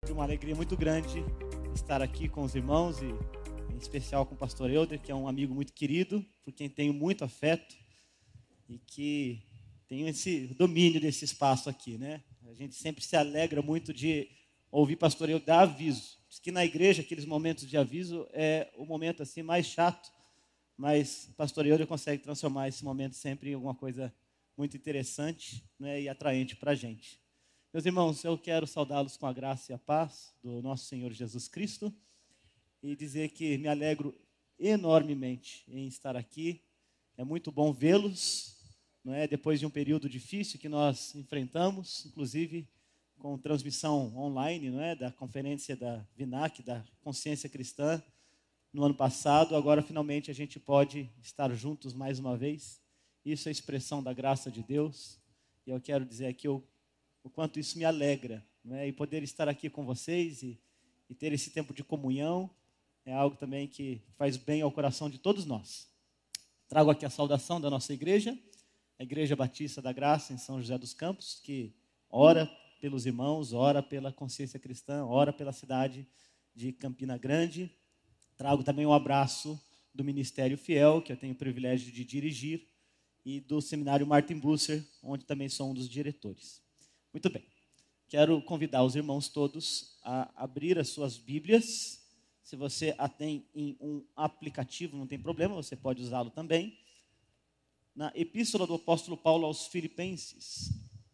Sempre uma alegria muito grande estar aqui com os irmãos e em especial com o pastor Helder, que é um amigo muito querido, por quem tenho muito afeto e que tenho esse domínio desse espaço aqui, né? A gente sempre se alegra muito de ouvir pastor Helder dar aviso. Diz que na igreja aqueles momentos de aviso é o momento assim mais chato, mas o pastor Helder consegue transformar esse momento sempre em alguma coisa muito interessante, né, e atraente para a gente. Meus irmãos, eu quero saudá-los com a graça e a paz do nosso Senhor Jesus Cristo e dizer que me alegro enormemente em estar aqui. É muito bom vê-los, não é? Depois de um período difícil que nós enfrentamos, inclusive com transmissão online, não é? Da conferência da VINAC, da Consciência Cristã, no ano passado. Agora, finalmente, a gente pode estar juntos mais uma vez. Isso é expressão da graça de Deus. E eu quero dizer aqui o quanto isso me alegra, né? E poder estar aqui com vocês e ter esse tempo de comunhão é algo também que faz bem ao coração de todos nós. Trago aqui a saudação da nossa igreja, a Igreja Batista da Graça em São José dos Campos, que ora pelos irmãos, ora pela consciência cristã, ora pela cidade de Campina Grande. Trago também um abraço do Ministério Fiel, que eu tenho o privilégio de dirigir, e do Seminário Martin Bucer, onde também sou um dos diretores. Muito bem, quero convidar os irmãos todos a abrir as suas Bíblias. Se você a tem em um aplicativo, não tem problema, você pode usá-lo também. Na Epístola do Apóstolo Paulo aos Filipenses.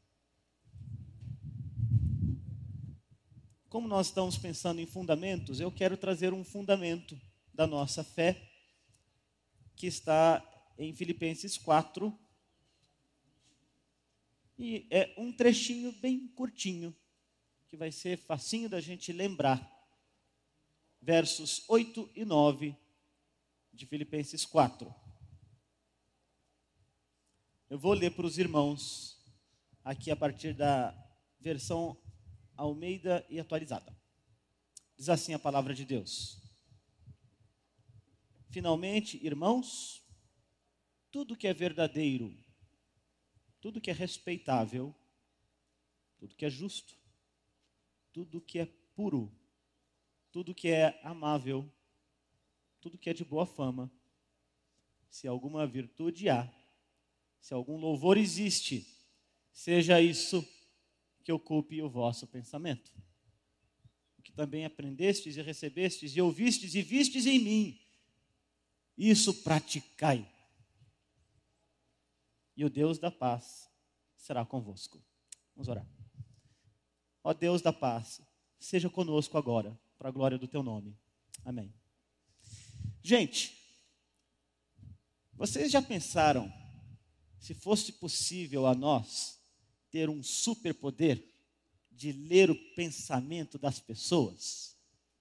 Como nós estamos pensando em fundamentos, eu quero trazer um fundamento da nossa fé, que está em Filipenses 4, e é um trechinho bem curtinho, que vai ser facinho da gente lembrar. Versos 8 e 9 de Filipenses 4. Eu vou ler para os irmãos aqui a partir da versão Almeida e atualizada. Diz assim a palavra de Deus: finalmente, irmãos, tudo que é verdadeiro, tudo que é respeitável, tudo que é justo, tudo que é puro, tudo que é amável, tudo que é de boa fama, se alguma virtude há, se algum louvor existe, seja isso que ocupe o vosso pensamento. O que também aprendestes e recebestes e ouvistes e vistes em mim, isso praticai. E o Deus da paz será convosco. Vamos orar. Ó Deus da paz, seja conosco agora, para a glória do teu nome. Amém. Gente, vocês já pensaram se fosse possível a nós ter um superpoder de ler o pensamento das pessoas?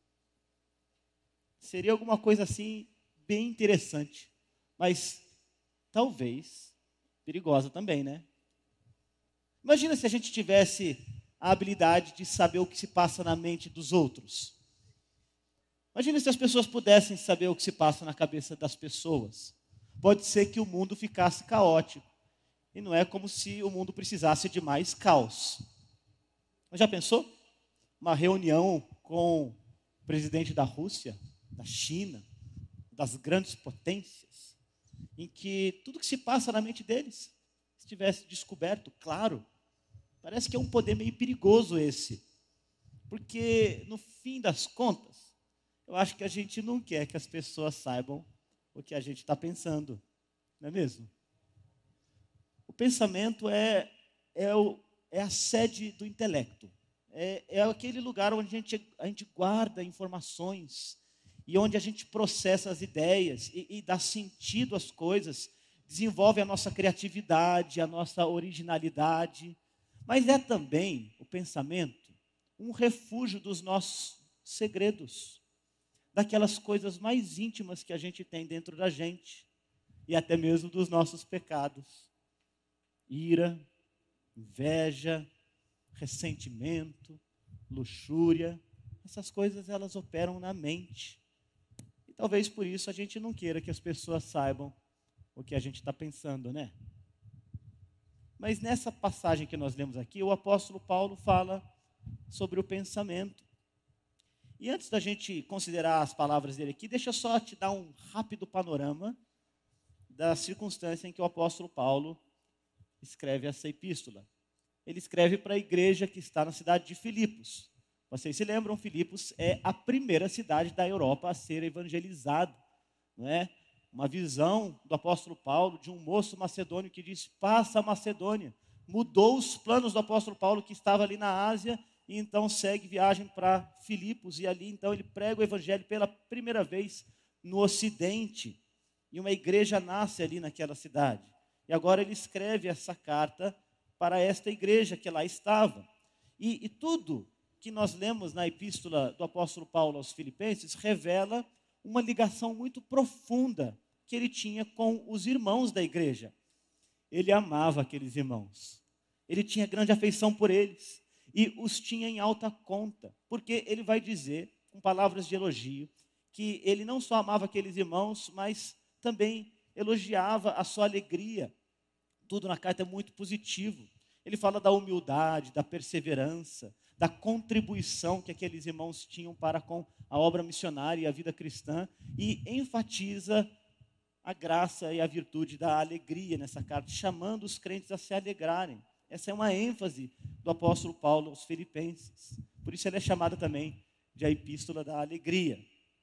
Seria alguma coisa assim bem interessante, mas talvez perigosa também, né? Imagina se a gente tivesse a habilidade de saber o que se passa na mente dos outros. Imagina se as pessoas pudessem saber o que se passa na cabeça das pessoas. Pode ser que o mundo ficasse caótico. E não é como se o mundo precisasse de mais caos. Mas já pensou? Uma reunião com o presidente da Rússia, da China, das grandes potências, em que tudo que se passa na mente deles estivesse descoberto, claro. Parece que é um poder meio perigoso esse. Porque, no fim das contas, eu acho que a gente não quer que as pessoas saibam o que a gente está pensando. Não é mesmo? O pensamento é a sede do intelecto. É aquele lugar onde a gente guarda informações e onde a gente processa as ideias e dá sentido às coisas, desenvolve a nossa criatividade, a nossa originalidade. Mas é também, o pensamento, um refúgio dos nossos segredos, daquelas coisas mais íntimas que a gente tem dentro da gente e até mesmo dos nossos pecados. Ira, inveja, ressentimento, luxúria, essas coisas elas operam na mente. E talvez por isso a gente não queira que as pessoas saibam o que a gente está pensando, né? Mas nessa passagem que nós lemos aqui, o apóstolo Paulo fala sobre o pensamento. E antes da gente considerar as palavras dele aqui, deixa eu só te dar um rápido panorama da circunstância em que o apóstolo Paulo escreve essa epístola. Ele escreve para a igreja que está na cidade de Filipos. Vocês se lembram, Filipos é a primeira cidade da Europa a ser evangelizada, não é? Uma visão do apóstolo Paulo de um moço macedônio que disse: passa a Macedônia. Mudou os planos do apóstolo Paulo, que estava ali na Ásia, e então segue viagem para Filipos, e ali então ele prega o evangelho pela primeira vez no Ocidente, e uma igreja nasce ali naquela cidade. E agora ele escreve essa carta para esta igreja que lá estava. E tudo que nós lemos na epístola do apóstolo Paulo aos Filipenses revela uma ligação muito profunda que ele tinha com os irmãos da igreja. Ele amava aqueles irmãos, ele tinha grande afeição por eles e os tinha em alta conta, porque ele vai dizer, com palavras de elogio, que ele não só amava aqueles irmãos, mas também elogiava a sua alegria. Tudo na carta é muito positivo. Ele fala da humildade, da perseverança, da contribuição que aqueles irmãos tinham para com a obra missionária e a vida cristã, e enfatiza a graça e a virtude da alegria nessa carta, chamando os crentes a se alegrarem. Essa é uma ênfase do apóstolo Paulo aos Filipenses. Por isso ela é chamada também de a epístola da alegria.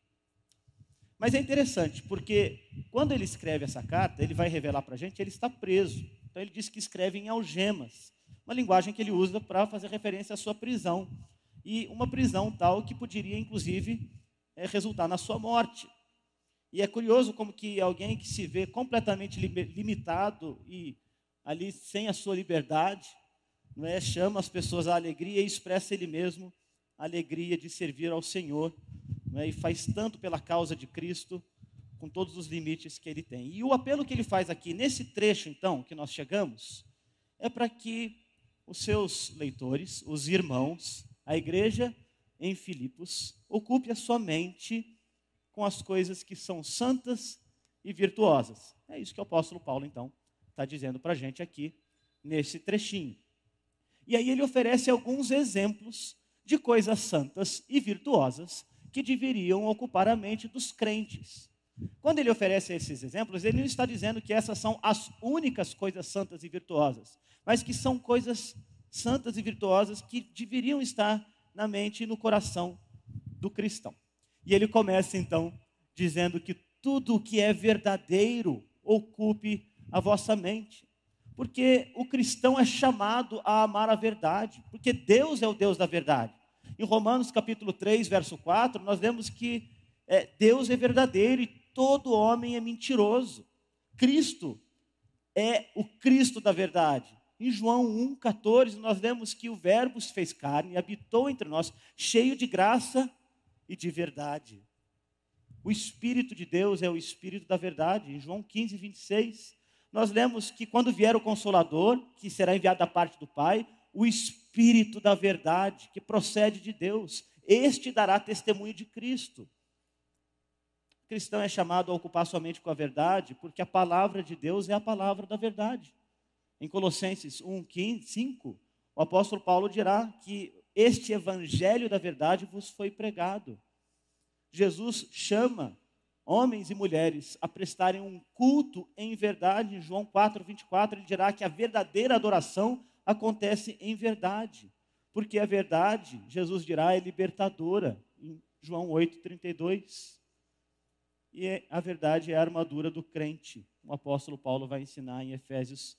Mas é interessante, porque quando ele escreve essa carta, ele vai revelar para a gente, ele está preso. Então ele diz que escreve em algemas, uma linguagem que ele usa para fazer referência à sua prisão. E uma prisão tal que poderia, inclusive, resultar na sua morte. E é curioso como que alguém que se vê completamente limitado e ali sem a sua liberdade, não é, chama as pessoas à alegria e expressa ele mesmo a alegria de servir ao Senhor, não é, e faz tanto pela causa de Cristo, com todos os limites que ele tem. E o apelo que ele faz aqui, nesse trecho então, que nós chegamos, é para que os seus leitores, os irmãos, a igreja em Filipos, ocupe a sua mente com as coisas que são santas e virtuosas. É isso que o apóstolo Paulo, então, está dizendo para a gente aqui, nesse trechinho. E aí ele oferece alguns exemplos de coisas santas e virtuosas que deveriam ocupar a mente dos crentes. Quando ele oferece esses exemplos, ele não está dizendo que essas são as únicas coisas santas e virtuosas, mas que são coisas santas e virtuosas que deveriam estar na mente e no coração do cristão. E ele começa então dizendo que tudo o que é verdadeiro ocupe a vossa mente, porque o cristão é chamado a amar a verdade, porque Deus é o Deus da verdade. Em Romanos capítulo 3, verso 4, nós vemos que Deus é verdadeiro e todo homem é mentiroso. Cristo é o Cristo da verdade. Em João 1,14, nós vemos que o Verbo se fez carne e habitou entre nós, cheio de graça e de verdade. O Espírito de Deus é o Espírito da verdade. Em João 15, 26, nós lemos que quando vier o Consolador, que será enviado da parte do Pai, o Espírito da verdade, que procede de Deus, este dará testemunho de Cristo. O cristão é chamado a ocupar sua mente com a verdade, porque a palavra de Deus é a palavra da verdade. Em Colossenses 1:5, o apóstolo Paulo dirá que este evangelho da verdade vos foi pregado. Jesus chama homens e mulheres a prestarem um culto em verdade. Em João 4:24, ele dirá que a verdadeira adoração acontece em verdade, porque a verdade, Jesus dirá, é libertadora. Em João 8:32. E a verdade é a armadura do crente. O apóstolo Paulo vai ensinar em Efésios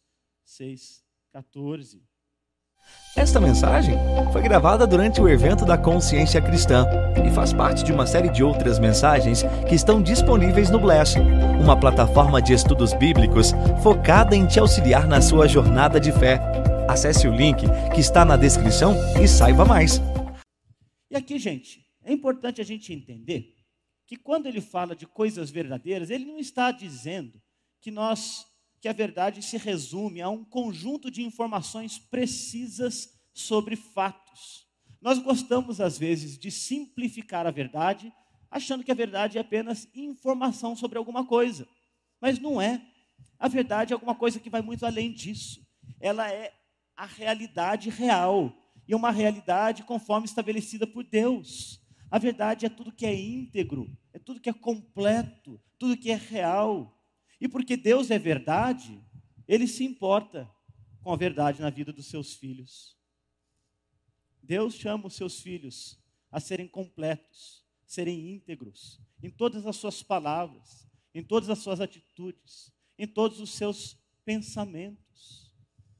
6:14. Esta mensagem foi gravada durante o evento da Consciência Cristã e faz parte de uma série de outras mensagens que estão disponíveis no Bless, uma plataforma de estudos bíblicos focada em te auxiliar na sua jornada de fé. Acesse o link que está na descrição e saiba mais. E aqui, gente, é importante a gente entender que quando ele fala de coisas verdadeiras, ele não está dizendo que a verdade se resume a um conjunto de informações precisas sobre fatos. Nós gostamos, às vezes, de simplificar a verdade, achando que a verdade é apenas informação sobre alguma coisa. Mas não é. A verdade é alguma coisa que vai muito além disso. Ela é a realidade real, e uma realidade conforme estabelecida por Deus. A verdade é tudo que é íntegro, é tudo que é completo, tudo que é real. E porque Deus é verdade, Ele se importa com a verdade na vida dos seus filhos. Deus chama os seus filhos a serem completos, serem íntegros, em todas as suas palavras, em todas as suas atitudes, em todos os seus pensamentos.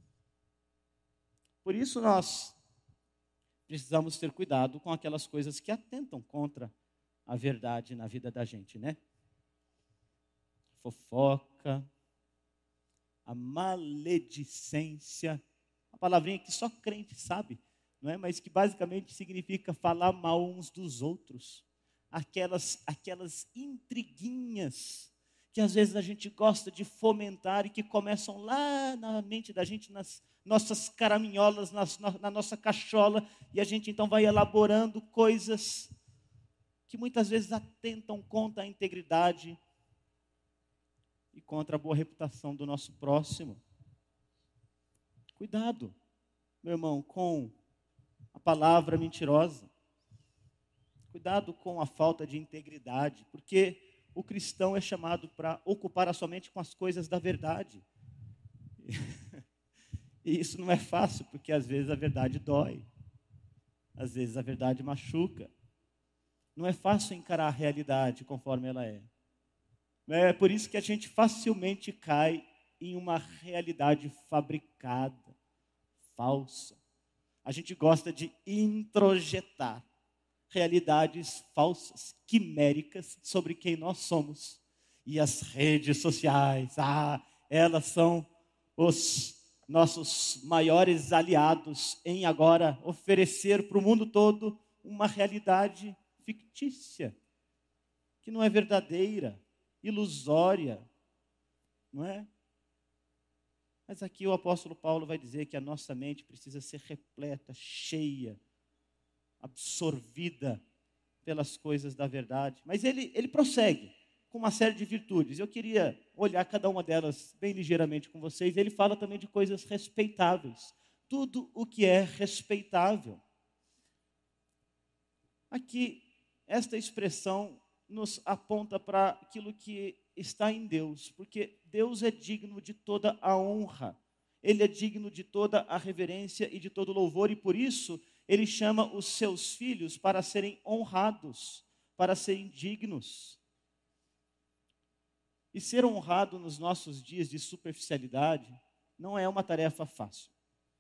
Por isso nós precisamos ter cuidado com aquelas coisas que atentam contra a verdade na vida da gente, né? Fofoca, a maledicência, uma palavrinha que só crente sabe, não é? Mas que basicamente significa falar mal uns dos outros. Aquelas intriguinhas que às vezes a gente gosta de fomentar e que começam lá na mente da gente, nas nossas caraminholas, na nossa cachola, e a gente então vai elaborando coisas que muitas vezes atentam contra a integridade e contra a boa reputação do nosso próximo. Cuidado, meu irmão, com a palavra mentirosa. Cuidado com a falta de integridade, porque o cristão é chamado para ocupar a sua mente com as coisas da verdade. E isso não é fácil, porque às vezes a verdade dói. Às vezes a verdade machuca. Não é fácil encarar a realidade conforme ela é. É por isso que a gente facilmente cai em uma realidade fabricada, falsa. A gente gosta de introjetar realidades falsas, quiméricas, sobre quem nós somos. E as redes sociais, elas são os nossos maiores aliados em agora oferecer para o mundo todo uma realidade fictícia, que não é verdadeira, ilusória, não é? Mas aqui o apóstolo Paulo vai dizer que a nossa mente precisa ser repleta, cheia, absorvida pelas coisas da verdade. Mas ele prossegue com uma série de virtudes. Eu queria olhar cada uma delas bem ligeiramente com vocês. Ele fala também de coisas respeitáveis. Tudo o que é respeitável. Aqui, esta expressão nos aponta para aquilo que está em Deus, porque Deus é digno de toda a honra, Ele é digno de toda a reverência e de todo louvor, e por isso Ele chama os seus filhos para serem honrados, para serem dignos. E ser honrado nos nossos dias de superficialidade não é uma tarefa fácil.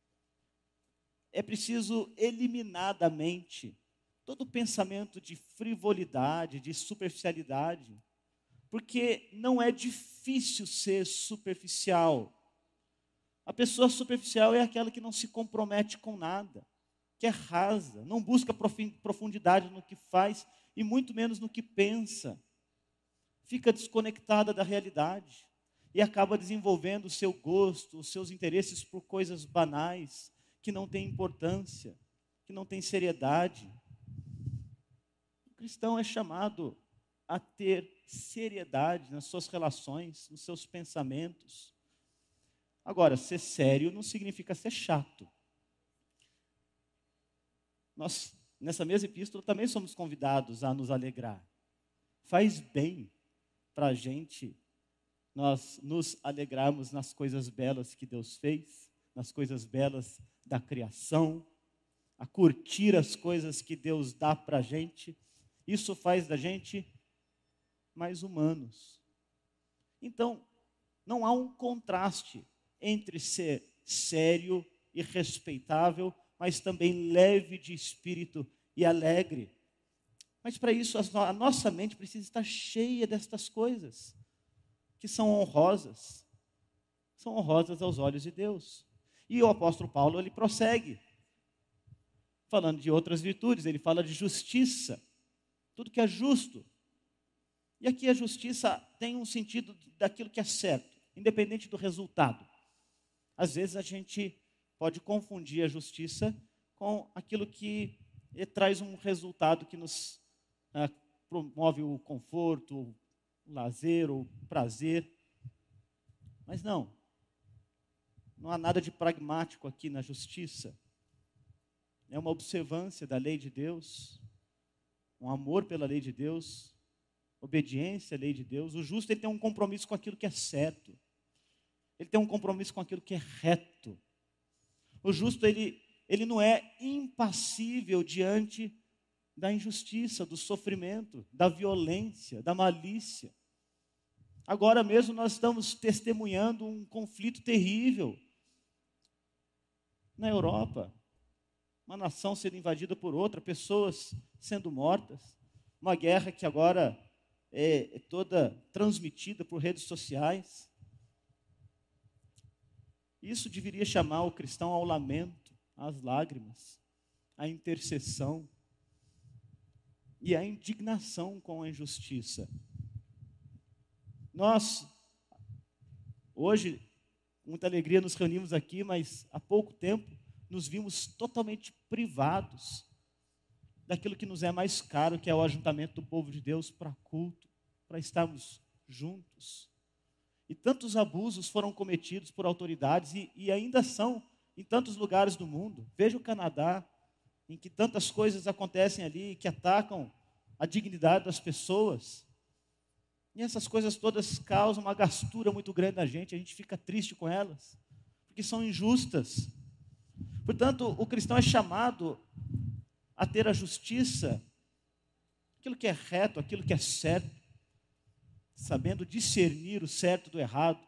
É preciso eliminar da mente todo pensamento de frivolidade, de superficialidade, porque não é difícil ser superficial. A pessoa superficial é aquela que não se compromete com nada, que é rasa, não busca profundidade no que faz e muito menos no que pensa. Fica desconectada da realidade e acaba desenvolvendo o seu gosto, os seus interesses por coisas banais, que não têm importância, que não têm seriedade. O cristão é chamado a ter seriedade nas suas relações, nos seus pensamentos. Agora, ser sério não significa ser chato. Nós, nessa mesma epístola, também somos convidados a nos alegrar. Faz bem para a gente nós nos alegrarmos nas coisas belas que Deus fez, nas coisas belas da criação, a curtir as coisas que Deus dá para a gente. Isso faz da gente mais humanos. Então, não há um contraste entre ser sério e respeitável, mas também leve de espírito e alegre. Mas para isso a nossa mente precisa estar cheia destas coisas, que são honrosas aos olhos de Deus. E o apóstolo Paulo, ele prossegue, falando de outras virtudes, ele fala de justiça, tudo que é justo. E aqui a justiça tem um sentido daquilo que é certo, independente do resultado. Às vezes a gente pode confundir a justiça com aquilo que traz um resultado que nos promove o conforto, o lazer, o prazer. Mas não há nada de pragmático aqui na justiça. É uma observância da lei de Deus. um amor pela lei de Deus, obediência à lei de Deus. O justo, ele tem um compromisso com aquilo que é certo. Ele tem um compromisso com aquilo que é reto. O justo, ele não é impassível diante da injustiça, do sofrimento, da violência, da malícia. Agora mesmo nós estamos testemunhando um conflito terrível na Europa. Uma nação sendo invadida por outra, pessoas sendo mortas. Uma guerra que agora é toda transmitida por redes sociais. Isso deveria chamar o cristão ao lamento, às lágrimas, à intercessão e à indignação com a injustiça. Nós, hoje, com muita alegria, nos reunimos aqui, mas há pouco tempo nos vimos totalmente privados daquilo que nos é mais caro, que é o ajuntamento do povo de Deus para culto, para estarmos juntos. E tantos abusos foram cometidos por autoridades e ainda são em tantos lugares do mundo. Veja o Canadá, em que tantas coisas acontecem ali que atacam a dignidade das pessoas. E essas coisas todas causam uma gastura muito grande na gente, a gente fica triste com elas, porque são injustas. Portanto, o cristão é chamado a ter a justiça, aquilo que é reto, aquilo que é certo, sabendo discernir o certo do errado,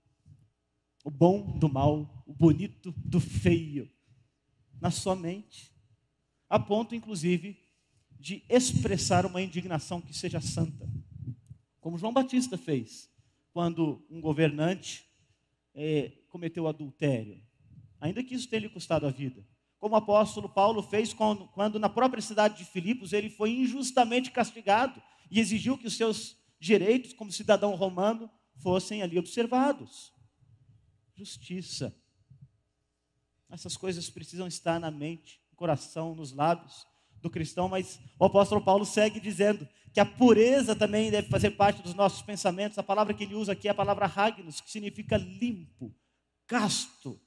o bom do mal, o bonito do feio, na sua mente, a ponto, inclusive, de expressar uma indignação que seja santa, como João Batista fez, quando um governante cometeu adultério, ainda que isso tenha lhe custado a vida. Como o apóstolo Paulo fez quando na própria cidade de Filipos ele foi injustamente castigado e exigiu que os seus direitos como cidadão romano fossem ali observados. Justiça. Essas coisas precisam estar na mente, no coração, nos lábios do cristão, mas o apóstolo Paulo segue dizendo que a pureza também deve fazer parte dos nossos pensamentos. A palavra que ele usa aqui é a palavra hagnos, que significa limpo, casto.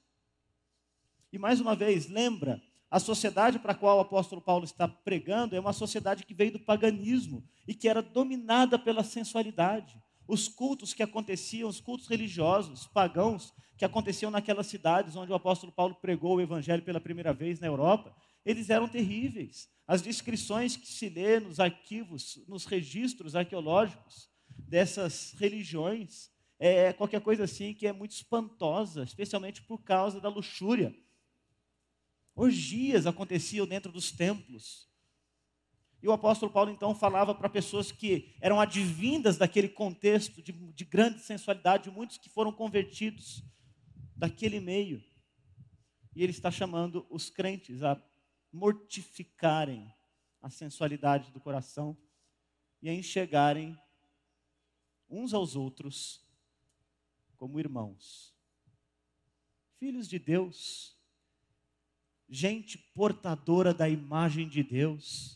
E mais uma vez, lembra, a sociedade para a qual o apóstolo Paulo está pregando é uma sociedade que veio do paganismo e que era dominada pela sensualidade. Os cultos que aconteciam, os cultos religiosos, pagãos, que aconteciam naquelas cidades onde o apóstolo Paulo pregou o evangelho pela primeira vez na Europa, eles eram terríveis. As descrições que se lê nos arquivos, nos registros arqueológicos dessas religiões, é qualquer coisa assim que é muito espantosa, especialmente por causa da luxúria. Orgias aconteciam dentro dos templos. E o apóstolo Paulo, então, falava para pessoas que eram advindas daquele contexto de grande sensualidade, muitos que foram convertidos daquele meio. E ele está chamando os crentes a mortificarem a sensualidade do coração e a enxergarem uns aos outros como irmãos. Filhos de Deus, gente portadora da imagem de Deus,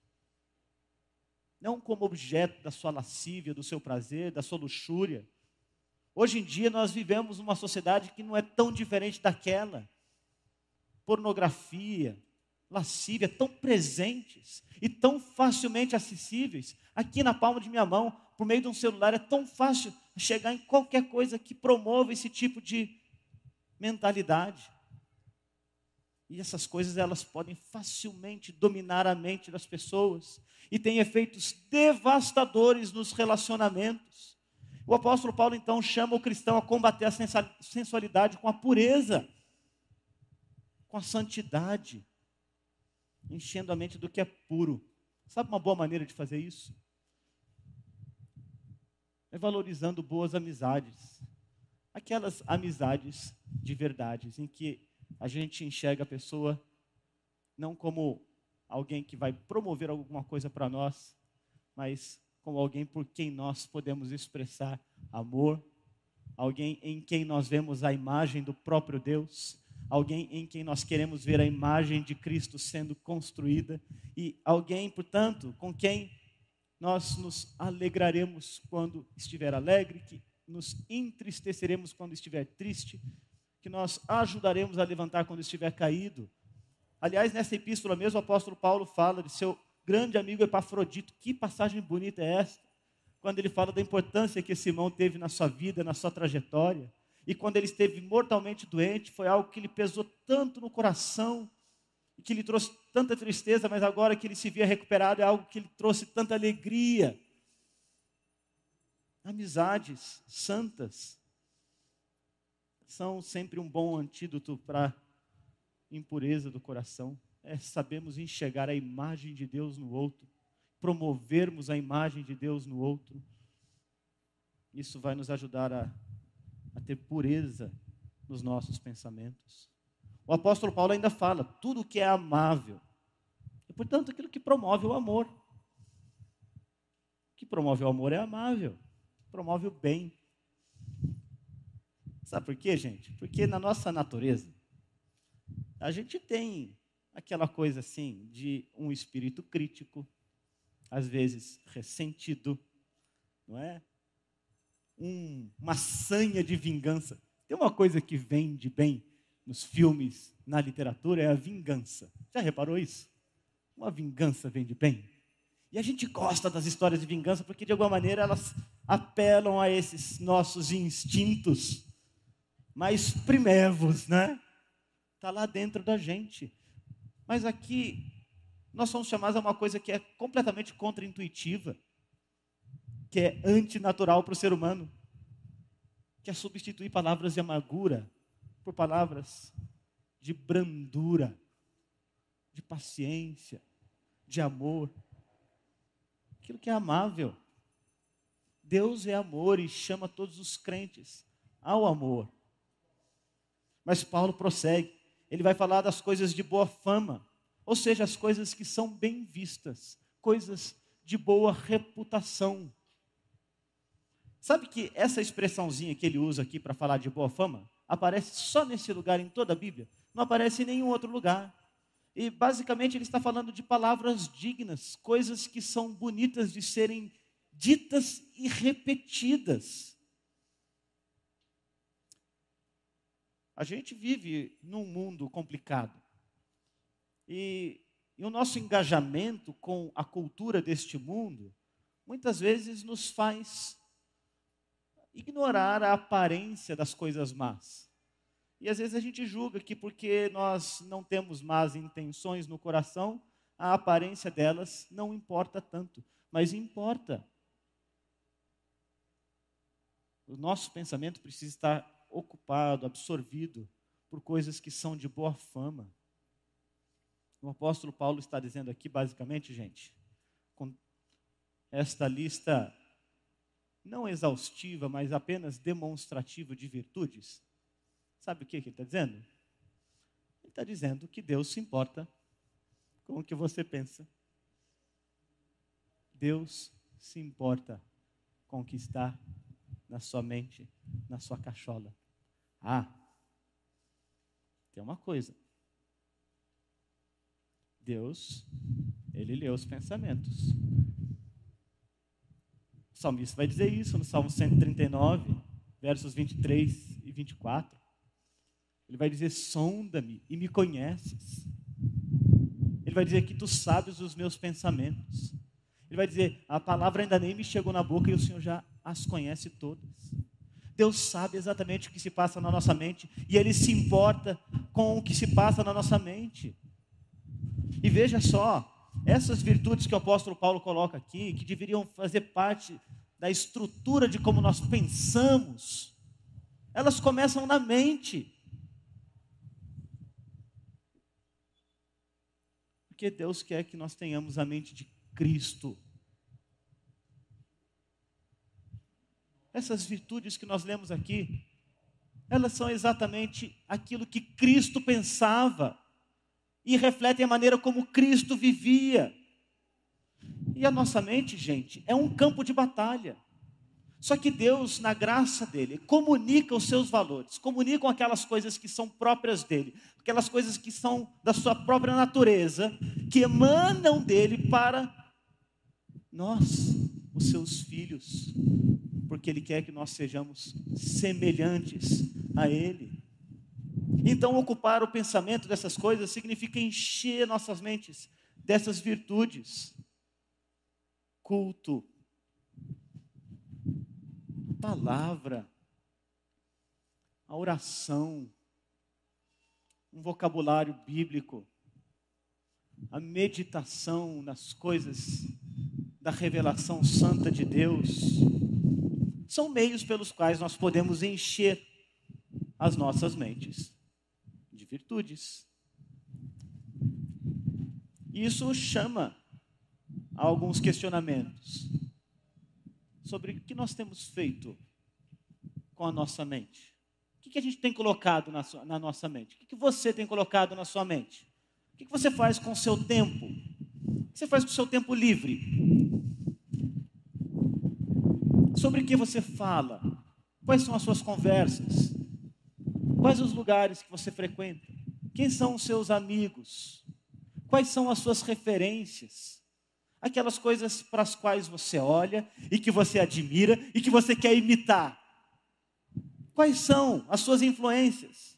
não como objeto da sua lascívia, do seu prazer, da sua luxúria. Hoje em dia nós vivemos uma sociedade que não é tão diferente daquela. Pornografia, lascívia, tão presentes e tão facilmente acessíveis. Aqui na palma de minha mão, por meio de um celular, é tão fácil chegar em qualquer coisa que promova esse tipo de mentalidade. E essas coisas, elas podem facilmente dominar a mente das pessoas e têm efeitos devastadores nos relacionamentos. O apóstolo Paulo, então, chama o cristão a combater a sensualidade com a pureza, com a santidade, enchendo a mente do que é puro. Sabe uma boa maneira de fazer isso? É valorizando boas amizades. Aquelas amizades de verdade, em que a gente enxerga a pessoa não como alguém que vai promover alguma coisa para nós, mas como alguém por quem nós podemos expressar amor, alguém em quem nós vemos a imagem do próprio Deus, alguém em quem nós queremos ver a imagem de Cristo sendo construída e alguém, portanto, com quem nós nos alegraremos quando estiver alegre, que nos entristeceremos quando estiver triste, que nós ajudaremos a levantar quando estiver caído. Aliás, nessa epístola mesmo, o apóstolo Paulo fala de seu grande amigo Epafrodito. Que passagem bonita é essa? Quando ele fala da importância que esse irmão teve na sua vida, na sua trajetória. E quando ele esteve mortalmente doente, foi algo que lhe pesou tanto no coração, e que lhe trouxe tanta tristeza, mas agora que ele se via recuperado, é algo que lhe trouxe tanta alegria. Amizades santas são sempre um bom antídoto para a impureza do coração. Sabemos enxergar a imagem de Deus no outro, promovermos a imagem de Deus no outro. Isso vai nos ajudar a ter pureza nos nossos pensamentos. O apóstolo Paulo ainda fala, tudo que é amável, e portanto aquilo que promove o amor. O que promove o amor é amável, promove o bem. Sabe por quê, gente? Porque na nossa natureza, a gente tem aquela coisa assim, de um espírito crítico, às vezes ressentido, não é? Uma sanha de vingança. Tem uma coisa que vende bem nos filmes, na literatura, é a vingança. Já reparou isso? Uma vingança vende bem. E a gente gosta das histórias de vingança porque, de alguma maneira, elas apelam a esses nossos instintos mais primevos, né? Está lá dentro da gente. Mas aqui, nós somos chamados a uma coisa que é completamente contraintuitiva, que é antinatural para o ser humano, que é substituir palavras de amargura por palavras de brandura, de paciência, de amor. Aquilo que é amável. Deus é amor e chama todos os crentes ao amor. Mas Paulo prossegue, ele vai falar das coisas de boa fama, ou seja, as coisas que são bem vistas, coisas de boa reputação. Sabe que essa expressãozinha que ele usa aqui para falar de boa fama, aparece só nesse lugar em toda a Bíblia, não aparece em nenhum outro lugar. E basicamente ele está falando de palavras dignas, coisas que são bonitas de serem ditas e repetidas. A gente vive num mundo complicado. E o nosso engajamento com a cultura deste mundo, muitas vezes nos faz ignorar a aparência das coisas más. E às vezes a gente julga que porque nós não temos más intenções no coração, a aparência delas não importa tanto, mas importa. O nosso pensamento precisa estar ocupado, absorvido por coisas que são de boa fama. O apóstolo Paulo está dizendo aqui, basicamente, gente, com esta lista não exaustiva, mas apenas demonstrativa de virtudes. Sabe o que ele está dizendo? Ele está dizendo que Deus se importa com o que você pensa. Deus se importa com o que está na sua mente, na sua cachola. Tem uma coisa. Deus, ele lê os pensamentos. O salmista vai dizer isso no Salmo 139, versos 23 e 24. Ele vai dizer, sonda-me e me conheces. Ele vai dizer que tu sabes os meus pensamentos. Ele vai dizer, a palavra ainda nem me chegou na boca e o Senhor já as conhece todas. Deus sabe exatamente o que se passa na nossa mente e Ele se importa com o que se passa na nossa mente. E veja só, essas virtudes que o apóstolo Paulo coloca aqui, que deveriam fazer parte da estrutura de como nós pensamos, elas começam na mente. Porque Deus quer que nós tenhamos a mente de Cristo. Essas virtudes que nós lemos aqui, elas são exatamente aquilo que Cristo pensava e refletem a maneira como Cristo vivia. E a nossa mente, gente, é um campo de batalha. Só que Deus, na graça dele, comunica os seus valores, comunicam aquelas coisas que são próprias dele, aquelas coisas que são da sua própria natureza, que emanam dele para nós, os seus filhos, porque ele quer que nós sejamos semelhantes a ele. Então, ocupar o pensamento dessas coisas significa encher nossas mentes dessas virtudes: culto, palavra, a oração, um vocabulário bíblico, a meditação nas coisas da revelação santa de Deus, são meios pelos quais nós podemos encher as nossas mentes de virtudes. Isso chama a alguns questionamentos sobre o que nós temos feito com a nossa mente. O que a gente tem colocado na nossa mente? O que você tem colocado na sua mente? O que você faz com o seu tempo? O que você faz com o seu tempo livre? Sobre o que você fala? Quais são as suas conversas? Quais os lugares que você frequenta? Quem são os seus amigos? Quais são as suas referências? Aquelas coisas para as quais você olha e que você admira e que você quer imitar. Quais são as suas influências?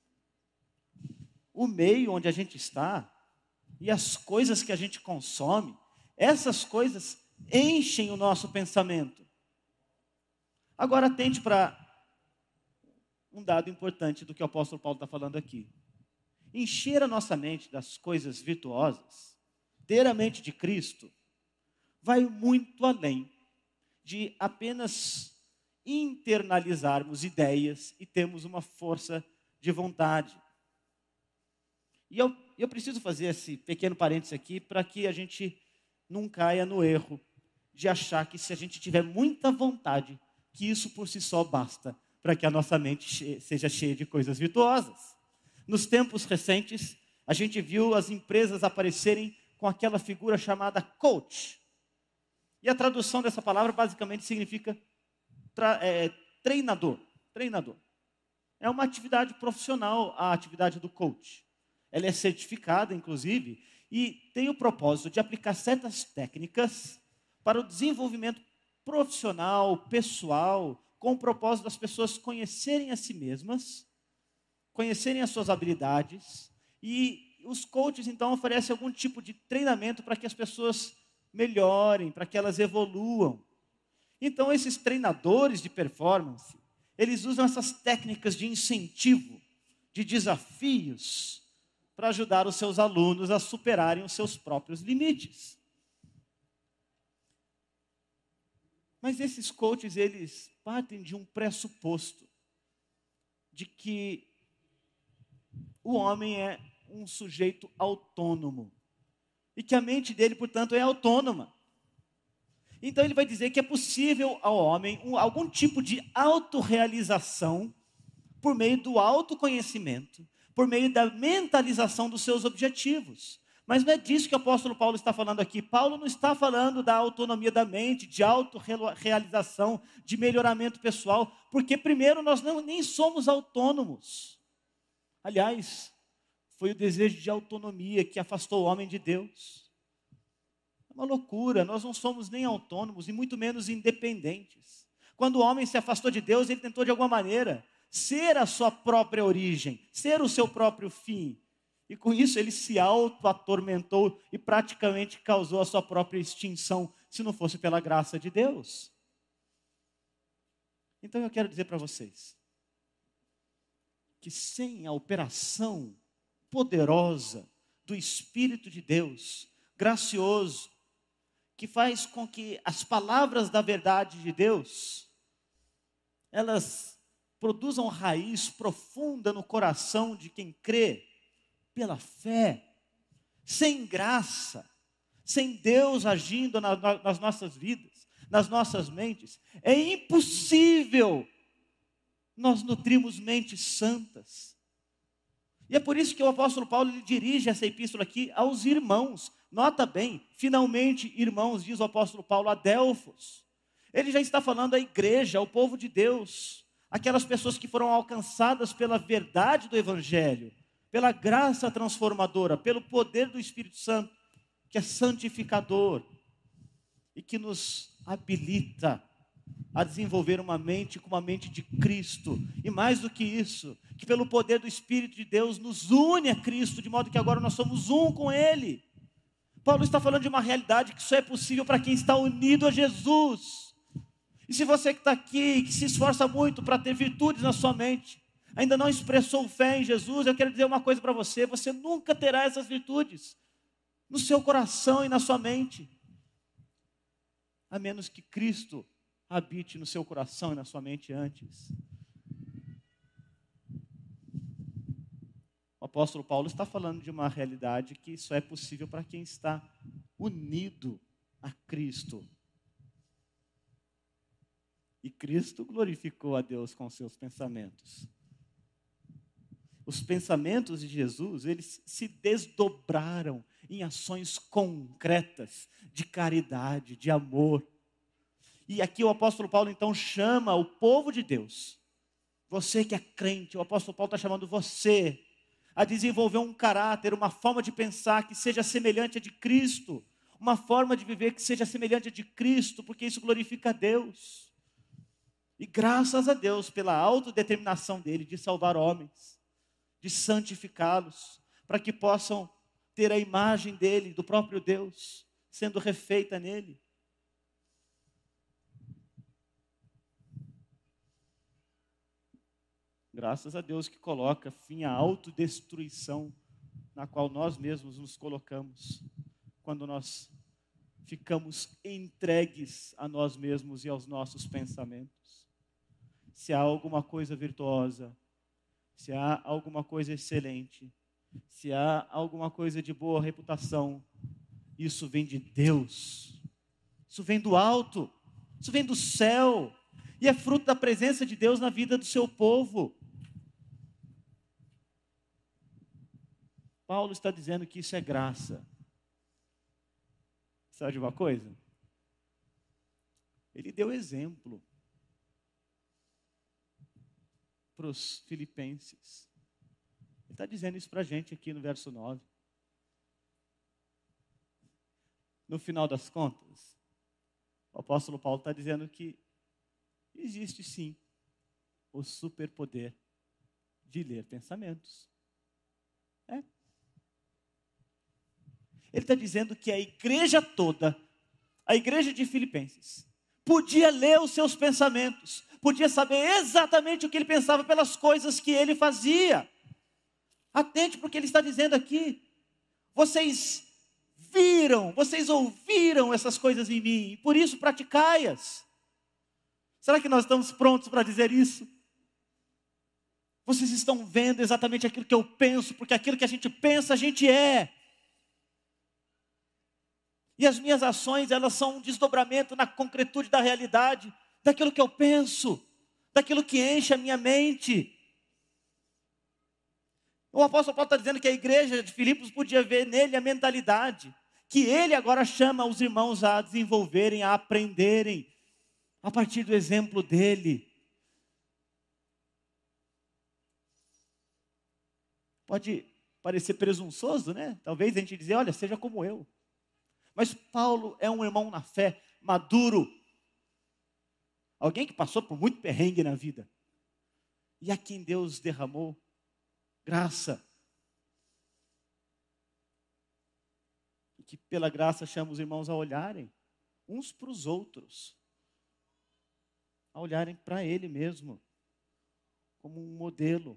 O meio onde a gente está e as coisas que a gente consome, essas coisas enchem o nosso pensamento. Agora atente para um dado importante do que o apóstolo Paulo está falando aqui. Encher a nossa mente das coisas virtuosas, ter a mente de Cristo, vai muito além de apenas internalizarmos ideias e termos uma força de vontade. E eu preciso fazer esse pequeno parênteses aqui para que a gente não caia no erro de achar que se a gente tiver muita vontade, que isso por si só basta para que a nossa mente seja cheia de coisas virtuosas. Nos tempos recentes, a gente viu as empresas aparecerem com aquela figura chamada coach. E a tradução dessa palavra basicamente significa treinador. Treinador. É uma atividade profissional, a atividade do coach. Ela é certificada, inclusive, e tem o propósito de aplicar certas técnicas para o desenvolvimento profissional, pessoal, com o propósito das pessoas conhecerem a si mesmas, conhecerem as suas habilidades, e os coaches, então, oferecem algum tipo de treinamento para que as pessoas melhorem, para que elas evoluam. Então, esses treinadores de performance, eles usam essas técnicas de incentivo, de desafios, para ajudar os seus alunos a superarem os seus próprios limites. Mas esses coaches, eles partem de um pressuposto de que o homem é um sujeito autônomo e que a mente dele, portanto, é autônoma. Então ele vai dizer que é possível ao homem algum tipo de autorrealização por meio do autoconhecimento, por meio da mentalização dos seus objetivos. Mas não é disso que o apóstolo Paulo está falando aqui. Paulo não está falando da autonomia da mente, de autorrealização, de melhoramento pessoal, porque primeiro nós nem somos autônomos. Aliás, foi o desejo de autonomia que afastou o homem de Deus. É uma loucura, nós não somos nem autônomos e muito menos independentes. Quando o homem se afastou de Deus, ele tentou de alguma maneira ser a sua própria origem, ser o seu próprio fim. E com isso ele se auto-atormentou e praticamente causou a sua própria extinção, se não fosse pela graça de Deus. Então eu quero dizer para vocês que sem a operação poderosa do Espírito de Deus, gracioso, que faz com que as palavras da verdade de Deus, elas produzam raiz profunda no coração de quem crê, pela fé, sem graça, sem Deus agindo nas nossas vidas, nas nossas mentes, é impossível nós nutrirmos mentes santas. E é por isso que o apóstolo Paulo ele dirige essa epístola aqui aos irmãos. Nota bem, finalmente, irmãos, diz o apóstolo Paulo a Delfos. Ele já está falando à igreja, ao povo de Deus, aquelas pessoas que foram alcançadas pela verdade do Evangelho, pela graça transformadora, pelo poder do Espírito Santo, que é santificador e que nos habilita a desenvolver uma mente como a mente de Cristo. E mais do que isso, que pelo poder do Espírito de Deus nos une a Cristo, de modo que agora nós somos um com Ele. Paulo está falando de uma realidade que só é possível para quem está unido a Jesus. E se você que está aqui, que se esforça muito para ter virtudes na sua mente, ainda não expressou fé em Jesus, eu quero dizer uma coisa para você: você nunca terá essas virtudes no seu coração e na sua mente, a menos que Cristo habite no seu coração e na sua mente antes. O apóstolo Paulo está falando de uma realidade que só é possível para quem está unido a Cristo. E Cristo glorificou a Deus com seus pensamentos. Os pensamentos de Jesus, eles se desdobraram em ações concretas de caridade, de amor. E aqui o apóstolo Paulo então chama o povo de Deus, você que é crente, o apóstolo Paulo está chamando você a desenvolver um caráter, uma forma de pensar que seja semelhante a de Cristo, uma forma de viver que seja semelhante a de Cristo, porque isso glorifica a Deus. E graças a Deus pela autodeterminação dele de salvar homens, de santificá-los, para que possam ter a imagem dele, do próprio Deus, sendo refeita nele. Graças a Deus que coloca fim à autodestruição na qual nós mesmos nos colocamos, quando nós ficamos entregues a nós mesmos e aos nossos pensamentos. Se há alguma coisa virtuosa, se há alguma coisa excelente, se há alguma coisa de boa reputação, isso vem de Deus, isso vem do alto, isso vem do céu, e é fruto da presença de Deus na vida do seu povo. Paulo está dizendo que isso é graça. Sabe de uma coisa? Ele deu exemplo para os filipenses. Ele está dizendo isso para a gente aqui no verso 9. No final das contas, o apóstolo Paulo está dizendo que existe sim o superpoder de ler pensamentos. Ele está dizendo que a igreja toda, a igreja de Filipenses, podia ler os seus pensamentos, podia saber exatamente o que ele pensava pelas coisas que ele fazia. Atente para o que ele está dizendo aqui. Vocês viram, vocês ouviram essas coisas em mim, e por isso praticai-as. Será que nós estamos prontos para dizer isso? Vocês estão vendo exatamente aquilo que eu penso, porque aquilo que a gente pensa, a gente é. E as minhas ações, elas são um desdobramento na concretude da realidade, daquilo que eu penso, daquilo que enche a minha mente. O apóstolo Paulo está dizendo que a igreja de Filipos podia ver nele a mentalidade, que ele agora chama os irmãos a desenvolverem, a aprenderem, a partir do exemplo dele. Pode parecer presunçoso, né? Talvez a gente dizer, olha, seja como eu. Mas Paulo é um irmão na fé, maduro. Alguém que passou por muito perrengue na vida. E a quem Deus derramou graça. E que pela graça chama os irmãos a olharem uns para os outros. A olharem para Ele mesmo. Como um modelo.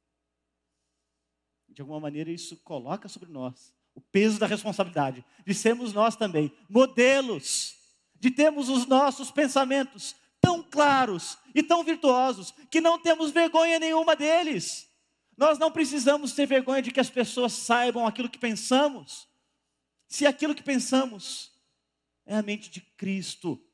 De alguma maneira isso coloca sobre nós o peso da responsabilidade de sermos nós também modelos, de termos os nossos pensamentos tão claros e tão virtuosos que não temos vergonha nenhuma deles. Nós não precisamos ter vergonha de que as pessoas saibam aquilo que pensamos, se aquilo que pensamos é a mente de Cristo.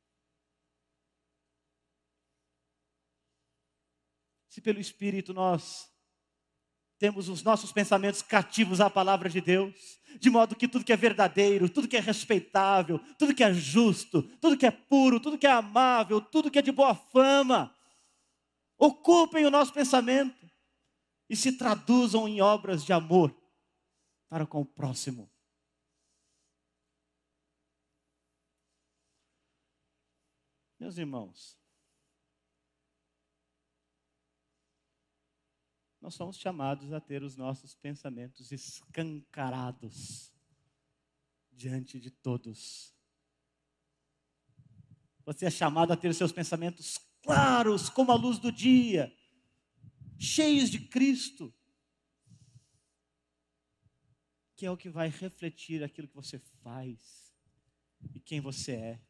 Se pelo Espírito nós temos os nossos pensamentos cativos à palavra de Deus, de modo que tudo que é verdadeiro, tudo que é respeitável, tudo que é justo, tudo que é puro, tudo que é amável, tudo que é de boa fama, ocupem o nosso pensamento e se traduzam em obras de amor para com o próximo. Meus irmãos, nós somos chamados a ter os nossos pensamentos escancarados diante de todos. Você é chamado a ter os seus pensamentos claros como a luz do dia, cheios de Cristo, que é o que vai refletir aquilo que você faz e quem você é.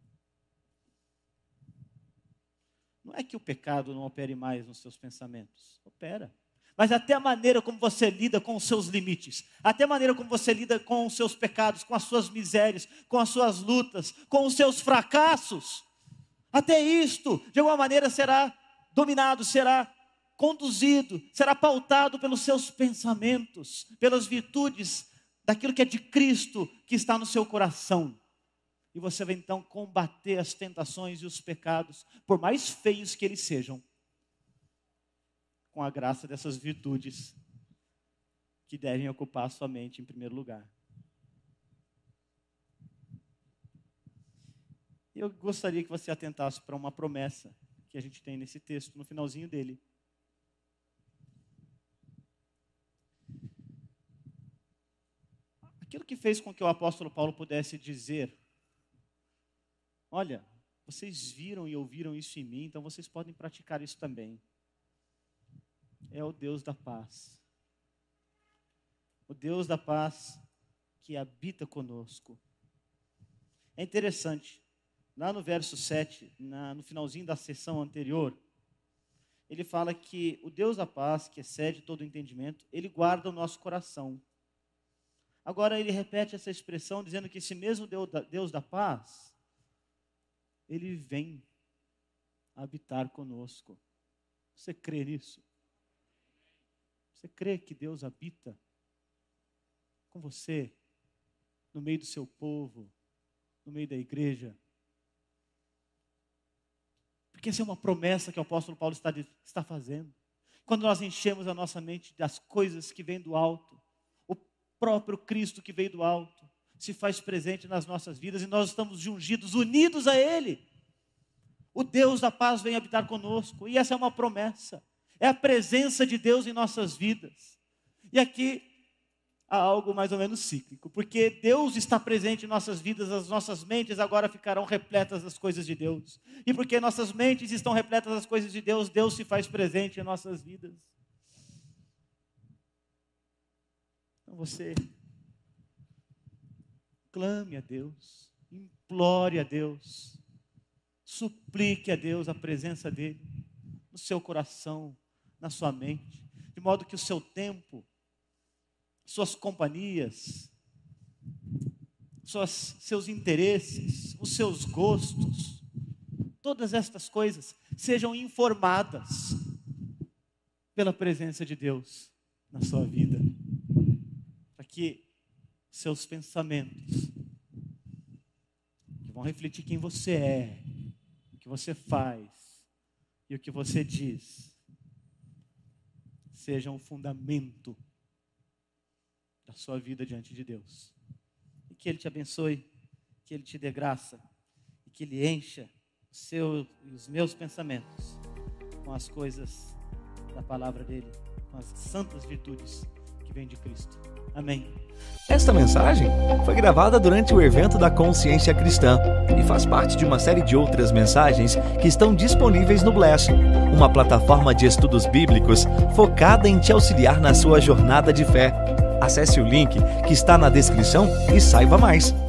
Não é que o pecado não opere mais nos seus pensamentos, opera. Mas até a maneira como você lida com os seus limites, até a maneira como você lida com os seus pecados, com as suas misérias, com as suas lutas, com os seus fracassos, até isto, de alguma maneira, será dominado, será conduzido, será pautado pelos seus pensamentos, pelas virtudes daquilo que é de Cristo, que está no seu coração. E você vai então combater as tentações e os pecados, por mais feios que eles sejam, com a graça dessas virtudes que devem ocupar a sua mente em primeiro lugar. Eu gostaria que você atentasse para uma promessa que a gente tem nesse texto, no finalzinho dele. Aquilo que fez com que o apóstolo Paulo pudesse dizer: olha, vocês viram e ouviram isso em mim, então vocês podem praticar isso também. É o Deus da paz. O Deus da paz que habita conosco. É interessante, lá no verso 7, no finalzinho da sessão anterior, ele fala que o Deus da paz, que excede todo o entendimento, ele guarda o nosso coração. Agora ele repete essa expressão dizendo que esse mesmo Deus da paz, ele vem habitar conosco. Você crê nisso? Você crê que Deus habita com você, no meio do seu povo, no meio da igreja? Porque essa é uma promessa que o apóstolo Paulo está fazendo. Quando nós enchemos a nossa mente das coisas que vêm do alto, o próprio Cristo que veio do alto se faz presente nas nossas vidas e nós estamos ungidos, unidos a Ele. O Deus da paz vem habitar conosco e essa é uma promessa. É a presença de Deus em nossas vidas. E aqui há algo mais ou menos cíclico, porque Deus está presente em nossas vidas, as nossas mentes agora ficarão repletas das coisas de Deus. E porque nossas mentes estão repletas das coisas de Deus, Deus se faz presente em nossas vidas. Então você clame a Deus, implore a Deus, suplique a Deus a presença dEle no seu coração, na sua mente, de modo que o seu tempo, suas companhias, seus interesses, os seus gostos, todas estas coisas sejam informadas pela presença de Deus na sua vida, para que seus pensamentos, que vão refletir quem você é, o que você faz e o que você diz, sejam o fundamento da sua vida diante de Deus. E que Ele te abençoe, que Ele te dê graça, e que Ele encha os meus pensamentos com as coisas da palavra dEle, com as santas virtudes que vêm de Cristo. Amém. Esta mensagem foi gravada durante o evento da Consciência Cristã e faz parte de uma série de outras mensagens que estão disponíveis no Bless, uma plataforma de estudos bíblicos focada em te auxiliar na sua jornada de fé. Acesse o link que está na descrição e saiba mais.